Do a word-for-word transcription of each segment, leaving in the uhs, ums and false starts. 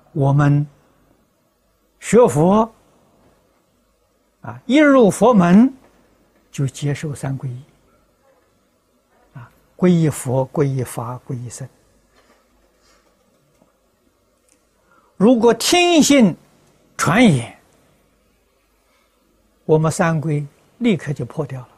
我们学佛啊，一入佛门就接受三皈依啊，皈依佛、皈依法、皈依僧。如果听信传言，我们三皈立刻就破掉了。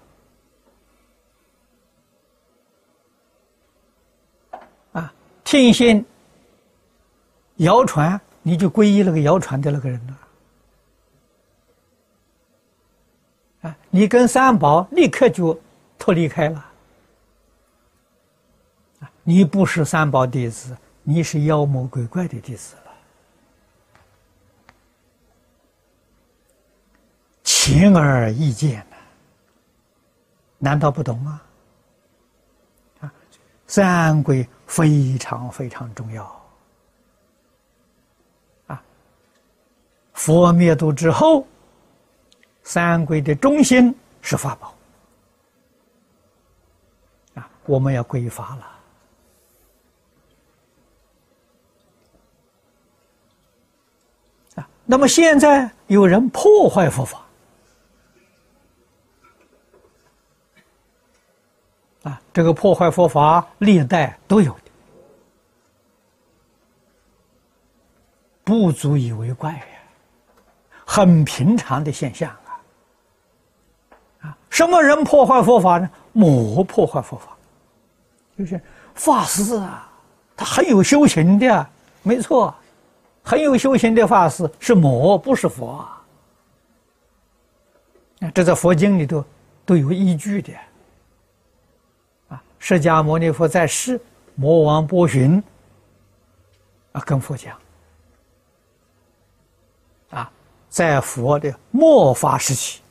啊，听信谣传，你就皈依那个谣传的那个人了。啊，你跟三宝立刻就脱离开了。啊，你不是三宝弟子，你是妖魔鬼怪的弟子了。显而易见呐，难道不懂吗？啊，三皈非常非常重要。啊，佛灭度之后，三皈的中心是法宝。啊，我们要皈法了。啊，那么现在有人破坏佛法。啊，这个破坏佛法，历代都有的，不足以为怪呀，很平常的现象啊。啊，什么人破坏佛法呢？魔破坏佛法，就是法师啊，他很有修行的，没错，很有修行的法师是魔，不是佛啊。这在佛经里头都有依据的。释迦牟尼佛在世，魔王波旬啊跟佛讲啊，在佛的末法时期，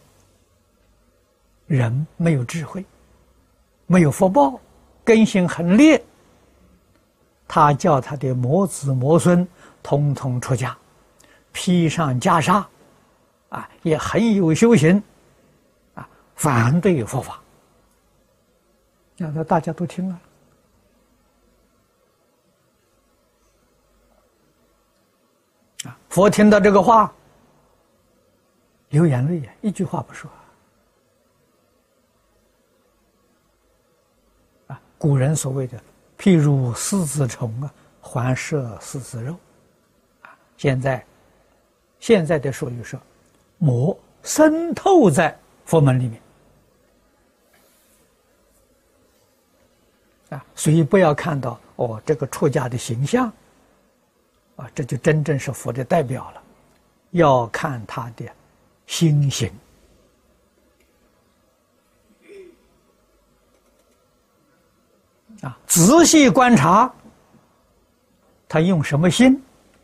人没有智慧，没有福报，根性很劣，他叫他的魔子魔孙统统出家，披上袈裟，啊，也很有修行，啊，反对佛法。那大家都听了，啊，佛听到这个话，流眼泪呀，一句话不说。啊，古人所谓的“譬如丝子虫啊，还摄丝子肉”，啊，现在现在的术语说，魔渗透在佛门里面。啊，所以不要看到哦，这个出家的形象，啊，这就真正是佛的代表了。要看他的心行。啊，仔细观察，他用什么心？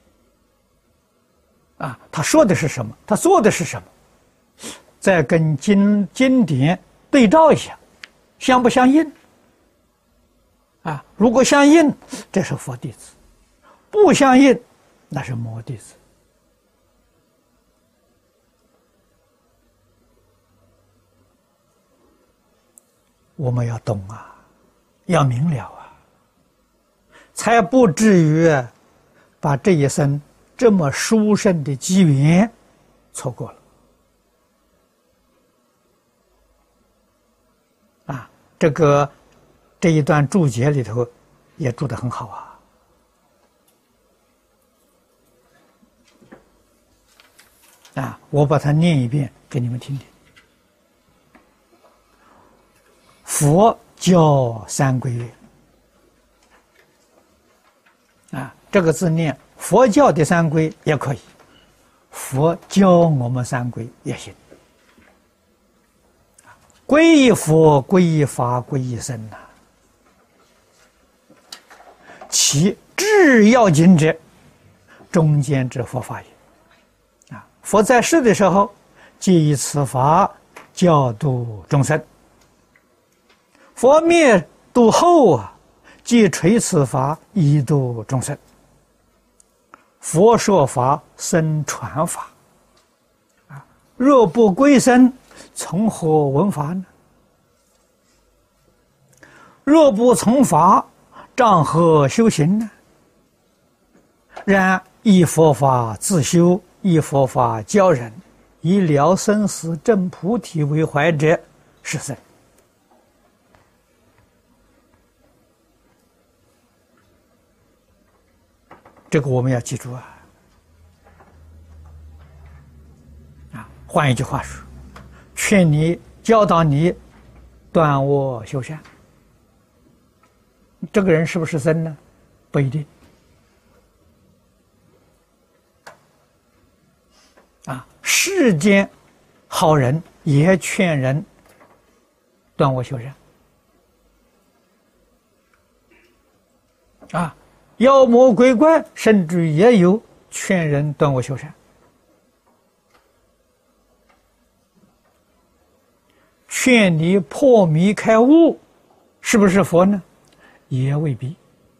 啊，他说的是什么？他做的是什么？再跟经经典对照一下，相不相应？啊，如果相应，这是佛弟子；不相应，那是魔弟子。我们要懂啊，要明了啊，才不至于把这一生这么殊胜的机缘错过了。啊，这个。这一段注解里头也注得很好啊！啊，我把它念一遍给你们听听。佛教三皈位啊，这个字念佛教的三皈也可以，佛教我们三皈也行。皈依佛、皈依法、皈依僧呐。其至要紧者，中间之佛法也。啊，佛在世的时候，即以此法教度众生；佛灭度后啊，即垂此法以度众生。佛说法，僧传法。啊，若不归僧，从何闻法呢？若不从法，仗何修行呢？然依佛法自修，依佛法教人，以了生死证菩提为怀者，是僧。这个我们要记住啊！啊，换一句话说，劝你、教导你断恶修善，这个人是不是僧呢？不一定。啊，世间好人也劝人断恶修善。啊。妖魔鬼怪甚至也有劝人断恶修善，劝你破迷开悟，是不是佛呢？也未必。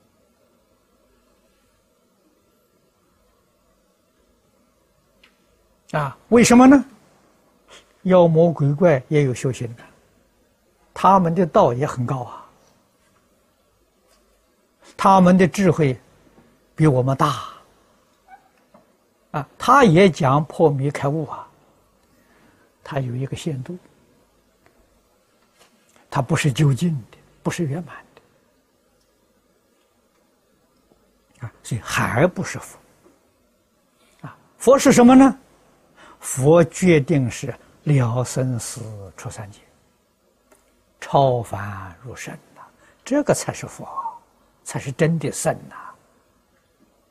啊，为什么呢？妖魔鬼怪也有修行的，他们的道也很高啊。他们的智慧比我们大啊，他也讲破迷开悟啊，他有一个限度，他不是究竟的，不是圆满的啊，所以还不是佛啊。佛是什么呢？佛决定是了生死出三界，超凡入圣啊，这个才是佛。才是真的圣呐、啊！